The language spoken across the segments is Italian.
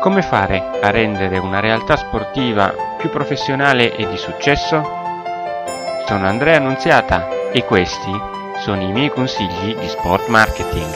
Come fare a rendere una realtà sportiva più professionale e di successo? Sono Andrea Annunziata e questi sono i miei consigli di sport marketing.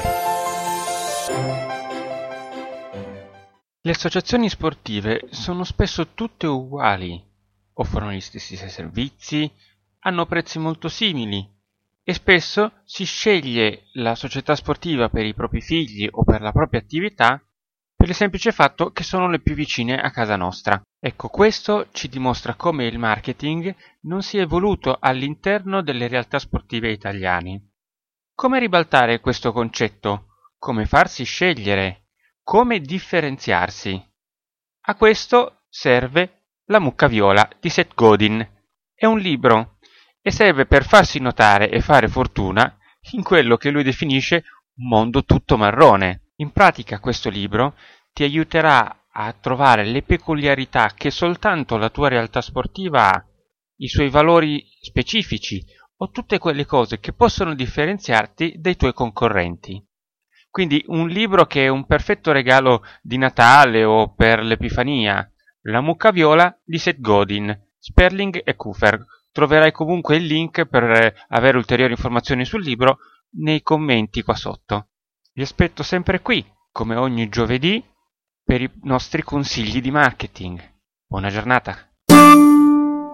Le associazioni sportive sono spesso tutte uguali, offrono gli stessi servizi, hanno prezzi molto simili e spesso si sceglie la società sportiva per i propri figli o per la propria attività per il semplice fatto che sono le più vicine a casa nostra. Ecco, questo ci dimostra come il marketing non sia evoluto all'interno delle realtà sportive italiane. Come ribaltare questo concetto? Come farsi scegliere? Come differenziarsi? A questo serve La mucca viola di Seth Godin. È un libro e serve per farsi notare e fare fortuna in quello che lui definisce un mondo tutto marrone. In pratica questo libro ti aiuterà a trovare le peculiarità che soltanto la tua realtà sportiva ha, i suoi valori specifici o tutte quelle cose che possono differenziarti dai tuoi concorrenti. Quindi un libro che è un perfetto regalo di Natale o per l'Epifania. La mucca viola di Seth Godin, Sperling e Kufer. Troverai comunque il link per avere ulteriori informazioni sul libro nei commenti qua sotto. Vi aspetto sempre qui, come ogni giovedì, per i nostri consigli di marketing. Buona giornata!